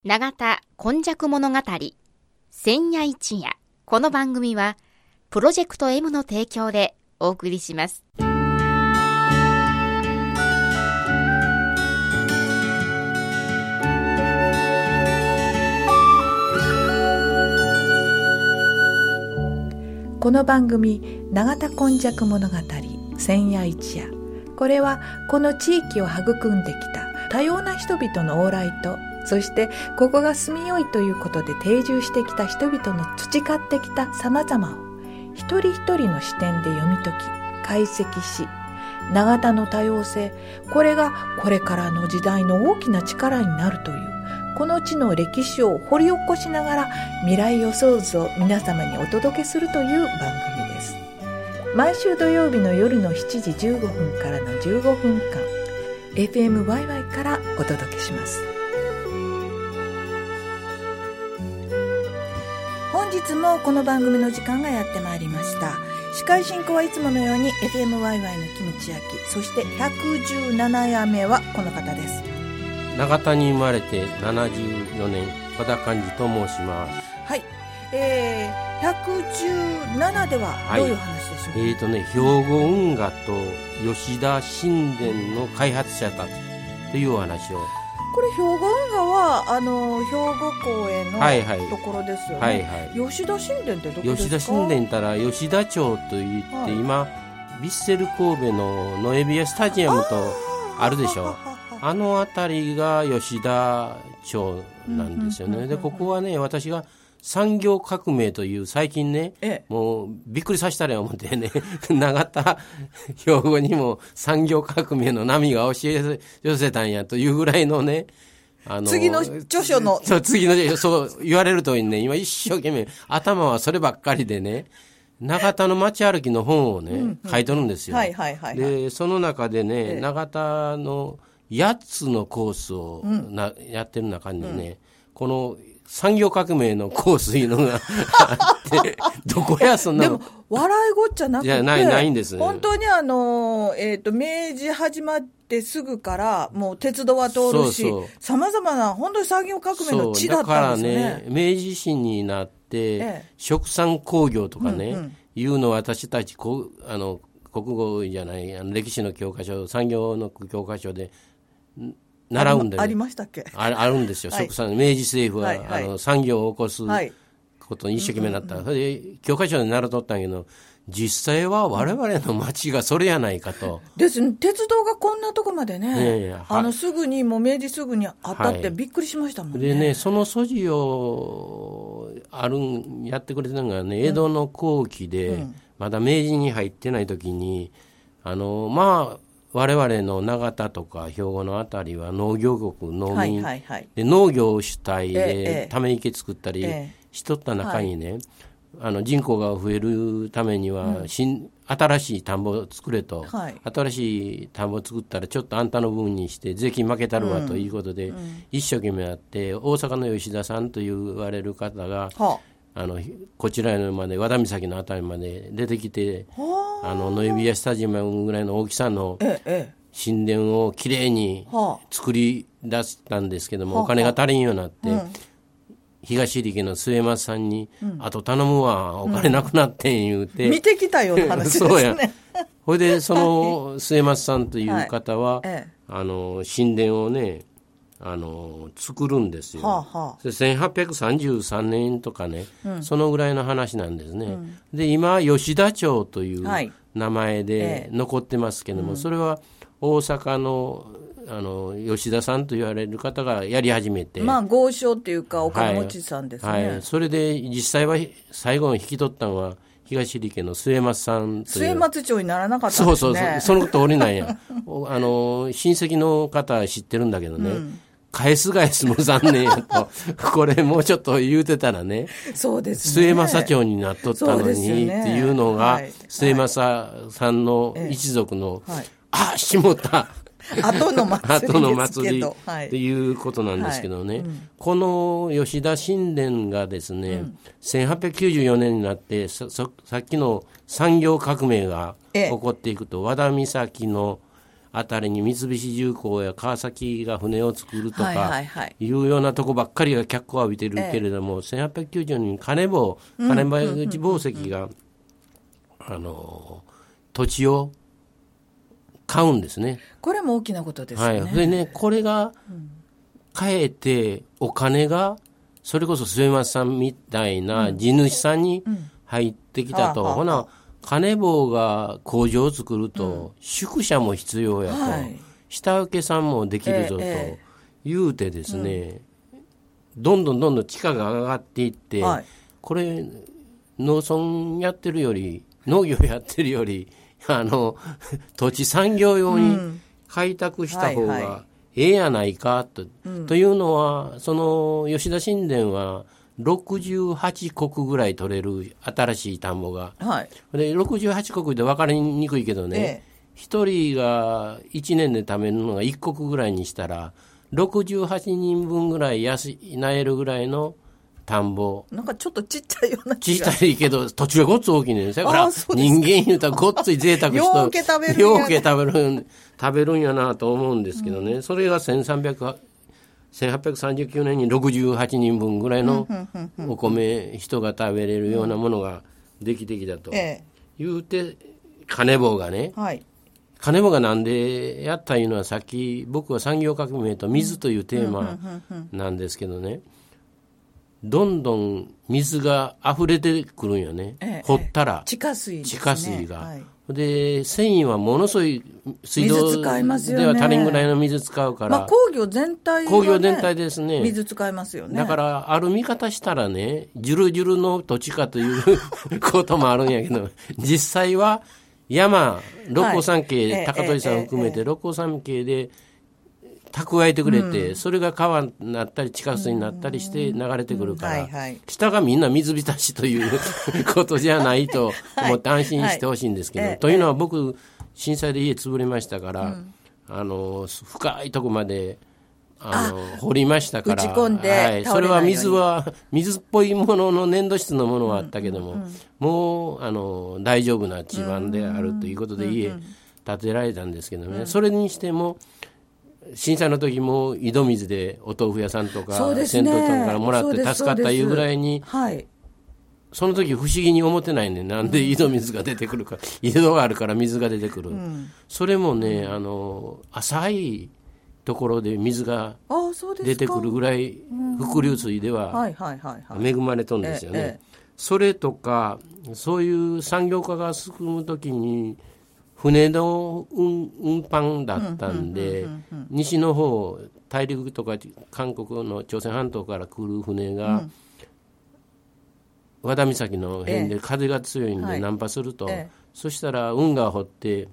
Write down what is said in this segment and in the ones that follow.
永田今昔物語千夜一夜。この番組はプロジェクト M の提供でお送りします。 この番組永田今昔物語千夜一夜、これはこの地域を育んできた多様な人々の往来と、そしてここが住みよいということで定住してきた人々の培ってきた様々を一人一人の視点で読み解き解析し、永田の多様性、これがこれからの時代の大きな力になるというこの地の歴史を掘り起こしながら未来予想図を皆様にお届けするという番組です。毎週土曜日の夜の7時15分からの15分間 FMYY からお届けします。本日もこの番組の時間がやってまいりました。司会進行はいつものように FMYY のキムチ焼き、そして117夜目はこの方です。 永田に生まれて74年和田寛治と申します。 はい、117ではどういう話でしょうか。 兵庫運河と吉田新田の開発者たちというお話を。 これ兵庫運河は兵庫公園のところですよね。はいはい、吉田新田ってどこですか。 吉田新田ったら吉田町といって、はい、今ヴィッセル神戸のノエビアスタジアムとあるでしょ。あの辺りが吉田町なんですよね。でここはね、私が産業革命という最近ね、もうびっくりさせたら思ってね永田兵庫にも産業革命の波が押し寄せたんやというぐらいのね、 次の著書の次のそう言われるとおりね、今一生懸命頭はそればっかりでね、永田の街歩きの本をね、書いとるんですよ。でその中でね、永田の8つのコースをやってる中にね、この産業革命のコースいうのがあってどこやそんなの。 でも笑いごっちゃなくてないんです、ね、 本当に明治始まってすぐからもう鉄道は通るし、さまざまな本当に産業革命の地だったんですよね。 だからね、明治維新になって、殖産工業とかね、いうのを私たち国語じゃない歴史の教科書、産業の教科書で習うんで、 ありましたっけ。 あるんですよ、明治政府は、産業を起こすことに一生懸命になった、それで教科書で習っとったんやけど、実際は我々の町がそれやないかと。 ですね、鉄道がこんなとこまでね、すぐにもう明治すぐにあったってびっくりしましたもんね。 でね、その素地をやってくれたのがね、江戸の後期で、まだ明治に入ってない時に我々の永田とか兵庫のあたりは農業国、農民、で農業主体でため池作ったりしとった中にね、人口が増えるためには、新しい田んぼを作れと、新しい田んぼを作ったらちょっとあんたの分にして税金負けたるわということで、一生懸命やって、大阪の吉田さんと言われる方が、こちらまで和田岬のあたりまで出てきて、ノエビアスタジアムぐらいの大きさの神殿をきれいに作り出したんですけども、お金が足りんようになって、東入家の末松さんに、あと頼むわ、お金なくなってん言うて、 見てきたような話ですね。 そうや。ほいでその末松さんという方は、神殿をね作るんですよ。1833年とかね、そのぐらいの話なんですね。で今吉田町という名前で残ってますけども、それは大阪の吉田さんと言われる方がやり始めて、 豪商っていうかお金持ちさんですね。 それで実際は最後に引き取ったのは東入家の末松さんという。 末松町にならなかったんですね。 その通りなんや親戚の方知ってるんだけどね、返すも残念やとこれもうちょっと言うてたらね、 そうですね、 末政町になっとったのに、っていうのが、末政さんの一族の、しもた後の祭りですけど、 っていうことなんですけどね、この吉田新田がですね、1894年になってさっきの産業革命が起こっていくと、和田岬のあたりに三菱重工や川崎が船を作るとはいはかいはい、 いうようなとこばっかりが脚光を浴びてるけれども、1890年に金棒口紡績が土地を買うんですね。 これも大きなことですよね。 はい、でね、これが変えてお金がそれこそ末松さんみたいな地主さんに入ってきたと、ほな金棒が工場を作ると、宿舎も必要やと、はい、下請けさんもできるぞと言うてですね、どんどん地価が上がっていって、はい、これ農村やってるより農業やってるより土地産業用に開拓した方がええやないかと、というのはその吉田新田は68石ぐらい取れる新しい田んぼが、はい、で68石で分かりにくいけどね、1人が1年で貯めるのが1石ぐらいにしたら68人分ぐらい養えるぐらいの田んぼ。 なんかちょっとちっちゃいような気が。ちっちゃいけど土地はごっつ大きいねんですよ。だから人間言うたらごっつい贅沢してようけ食べるんや、 ようけ食べるんやなと思うんですけどね、それが1839年に68人分ぐらいのお米人が食べれるようなものができてきたと言うて、金棒がね、はい、金棒がなんでやったいうのは、さっき僕は産業革命と水というテーマなんですけどね、どんどん水が溢れてくるんよね、掘ったら地下水ですね、 地下水が、はい、で繊維はものすごい水道では足りんぐらいの水使うから、 工業全体が、ね、 工業全体ですね、 水使いますよね。 だからある見方したらね、ジュルジュルの土地かということもあるんやけど、実際は山六甲山系、高取さん含めて六甲山系で蓄えてくれて、それが川になったり地下水になったりして流れてくるから、下がみんな水浸しということじゃないと思って安心してほしいんですけど、というのは僕震災で家潰れましたから、深いとこまで掘りましたから、 打ち込んで、 それは水っぽいものの粘土質のものはあったけども、もう大丈夫な地盤であるということで家建てられたんですけどね、それにしても震災の時も井戸水でお豆腐屋さんとか銭湯とかからもらって助かったいうぐらいに、その時不思議に思ってないね、なんで井戸水が出てくるか、井戸があるから水が出てくる、それもね、浅いところで水が出てくるぐらい伏流水では恵まれとるんですよね。それとかそういう産業化が進む時に船の運搬だったんで、西の方大陸とか韓国の朝鮮半島から来る船が、和田岬の辺で風が強いんで難破すると、そしたら運河を掘って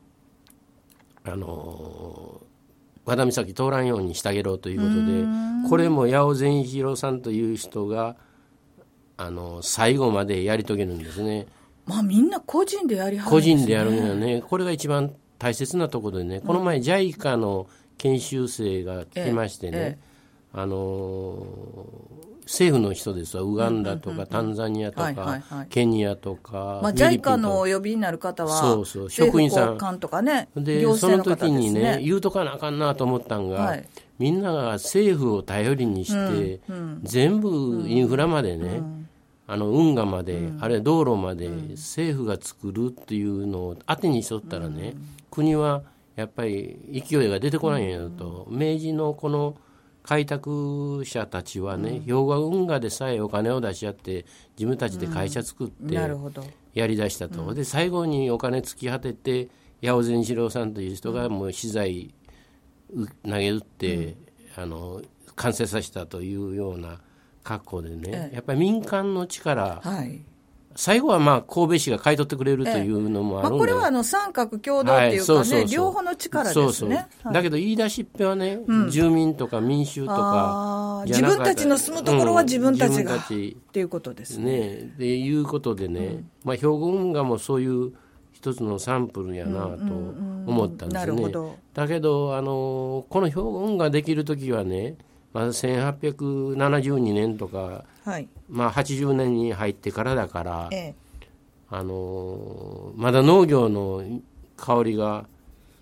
和田岬通らんようにしてあげろということで、これも八尾善一郎さんという人が最後までやり遂げるんですね。 みんな個人でやりはるんですね。 個人でやるんよね。これが一番大切なところでね、この前 JICA の研修生が来ましてね、政府の人ですわ、ウガンダとかタンザニアとかケニアとか、 JICA のお呼びになる方は職員さん官とかね、 でその時にね言うとかなあかんなと思ったんが、みんなが政府を頼りにして、全部インフラまでね、運河まで、あるいは道路まで政府が作るっていうのを当てにしとったらね、国はやっぱり勢いが出てこないんやと、明治のこの開拓者たちはね、兵庫運河でさえお金を出し合って自分たちで会社作ってやりだしたと、で最後にお金突き果てて八尾善一郎さんという人がもう資材投げ打って、完成させたというような格好でね、やっぱり民間の力、最後は神戸市が買い取ってくれるというのもあるんで、 これは三角共同っていうかね、両方の力ですね。 だけど言い出しっぺはね、住民とか民衆とか自分たちの住むところは自分たちがっていうことですね。 でいうことでね、兵庫運河もそういう一つのサンプルやなと思ったんですね。だけどこの兵庫運河できるときはね、1872年とか、80年に入ってからだから、まだ農業の香りが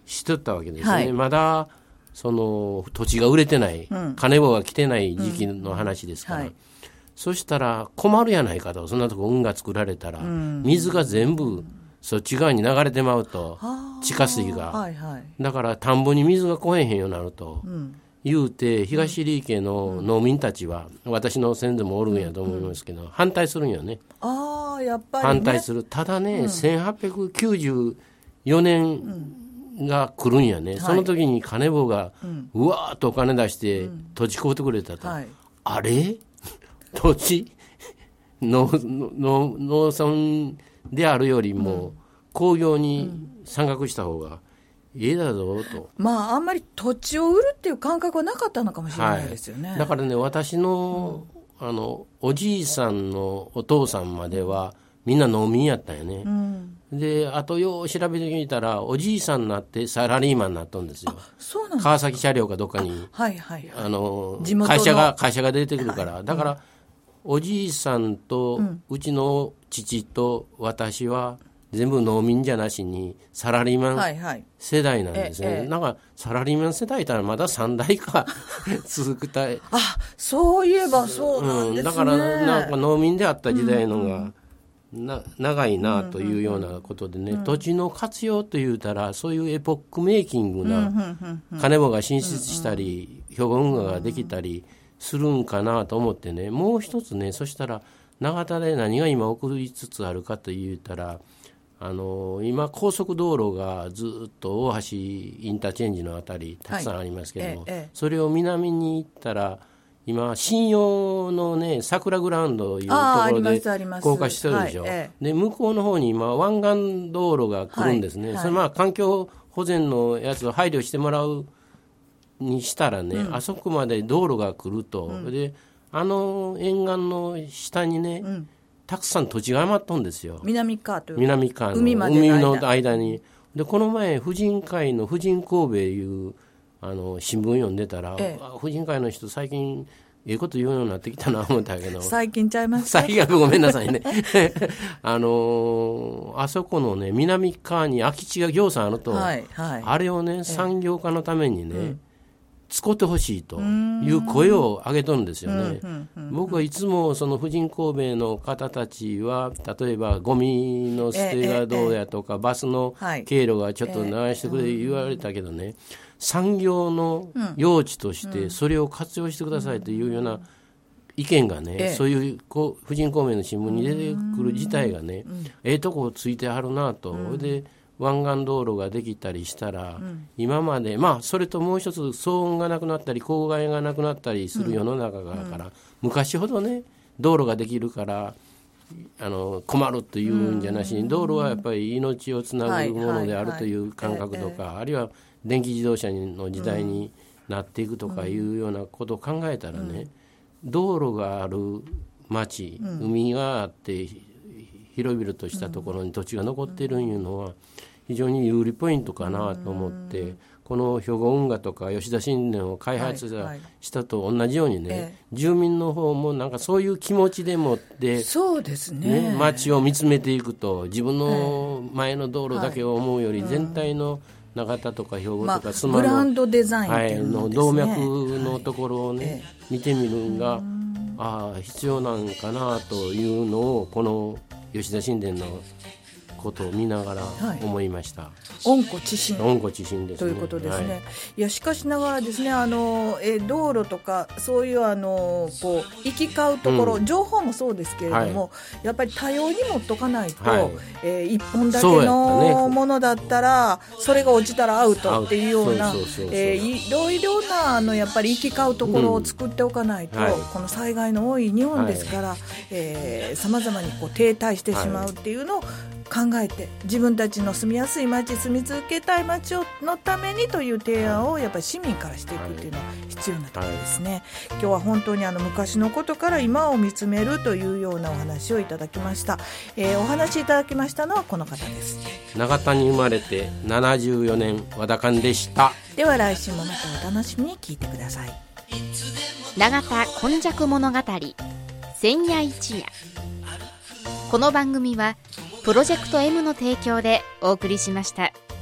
してたわけですね、まだその土地が売れてない、金棒が来てない時期の話ですから、そしたら困るやないかと。そんなとこ運が作られたら、水が全部そっち側に流れてまうと、地下水が、だから田んぼに水が来えへんようになると、言うて東入家の農民たちは、私の先祖もおるんやと思いますけど、反対するんよね。 やっぱりね、 反対する。ただね、1894年が来るんやね、その時に金棒がうわーっとお金出して土地買うてくれたと、あれ土地農村であるよりも工業に参画した方がいいだぞと、 あんまり土地を売るっていう感覚はなかったのかもしれないですよね、 だからね、私の、おじいさんのお父さんまではみんな農民やったんやね、であとよう調べてみたらおじいさんになってサラリーマンになったんですよ。 そうなんですか。 川崎車両かどっかに、会社が出てくるから、だから、おじいさんと、うちの父と私は全部農民じゃなしにサラリーマン世代なんですね、なんかサラリーマン世代いたらまだ3代か続くたい。 そういえばそうなんですね、 だからなんか農民であった時代のが、長いなというようなことでね、土地の活用というたらそういうエポックメイキングな金棒が進出したり、兵庫運河ができたりするんかなと思ってね、もう一つね、そしたら長田で何が今起こりつつあるかというたら、今高速道路がずっと大橋インターチェンジのあたりたくさんありますけども、それを南に行ったら今信用のね桜グラウンドいうところで高架してるでしょ、で向こうの方に今湾岸道路が来るんですね、それ環境保全のやつを配慮してもらうにしたらね、あそこまで道路が来ると、で沿岸の下にね、たくさん土地が余っとんですよ。 南側という南側の海の間に。でこの前婦人会の婦人神戸いう新聞読んでたら、婦人会の人最近こと言うようになってきたな思ったけど、 最近ちゃいますか。最悪ごめんなさいねあそこのね南側に空き地がぎょうさんあると、あれをね産業化のためにね、使ってほしいという声を上げとるんですよね。僕はいつもその婦人神戸の方たちは、例えばゴミの捨てがどうやとか、バスの経路がちょっと流してくれ言われたけどね、産業の用地としてそれを活用してくださいというような意見がね、そういう婦人神戸の新聞に出てくる自体がね、とこついてはるなと、で湾岸道路ができたりしたら、今までそれともう一つ騒音がなくなったり公害がなくなったりする世の中だから、昔ほどね道路ができるから困るというんじゃなしに、道路はやっぱり命をつなぐものであるという感覚とか、あるいは電気自動車の時代になっていくとかいうようなことを考えたらね、道路がある町、海があって広々としたところに土地が残っているいうのは非常に有利ポイントかなと思って、この兵庫運河とか吉田新田を開発したと同じようにね、住民の方もなんかそういう気持ちでもって、 そうですね、 街を見つめていくと、自分の前の道路だけを思うより、全体の長田とか兵庫とか須磨の、ブランドデザインっていうの動脈のところをね、見てみるのが必要なんかなというのを、この吉田新田のことを見ながら思いました。 温故知新ですね、 ということですね。いやしかしながらですね、道路とかそういうこう行き交うところ、情報もそうですけれども、やっぱり多様に持っとかないと、一本だけのものだったら それが落ちたらアウトっていうような、いろいろなやっぱり行き交うところを作っておかないと、この災害の多い日本ですから、様々にこう停滞してしまうっていうのを考えて、自分たちの住みやすい街、住み続けたい街のためにという提案をやっぱり市民からしていくっていうのは必要なところですね。今日は本当に昔のことから今を見つめるというようなお話をいただきました。お話いただきましたのはこの方です。 長田に生まれて74年和田勘でした。 では来週もまたお楽しみに聞いてください。 長田今昔物語千夜一夜。この番組はプロジェクト M の提供でお送りしました。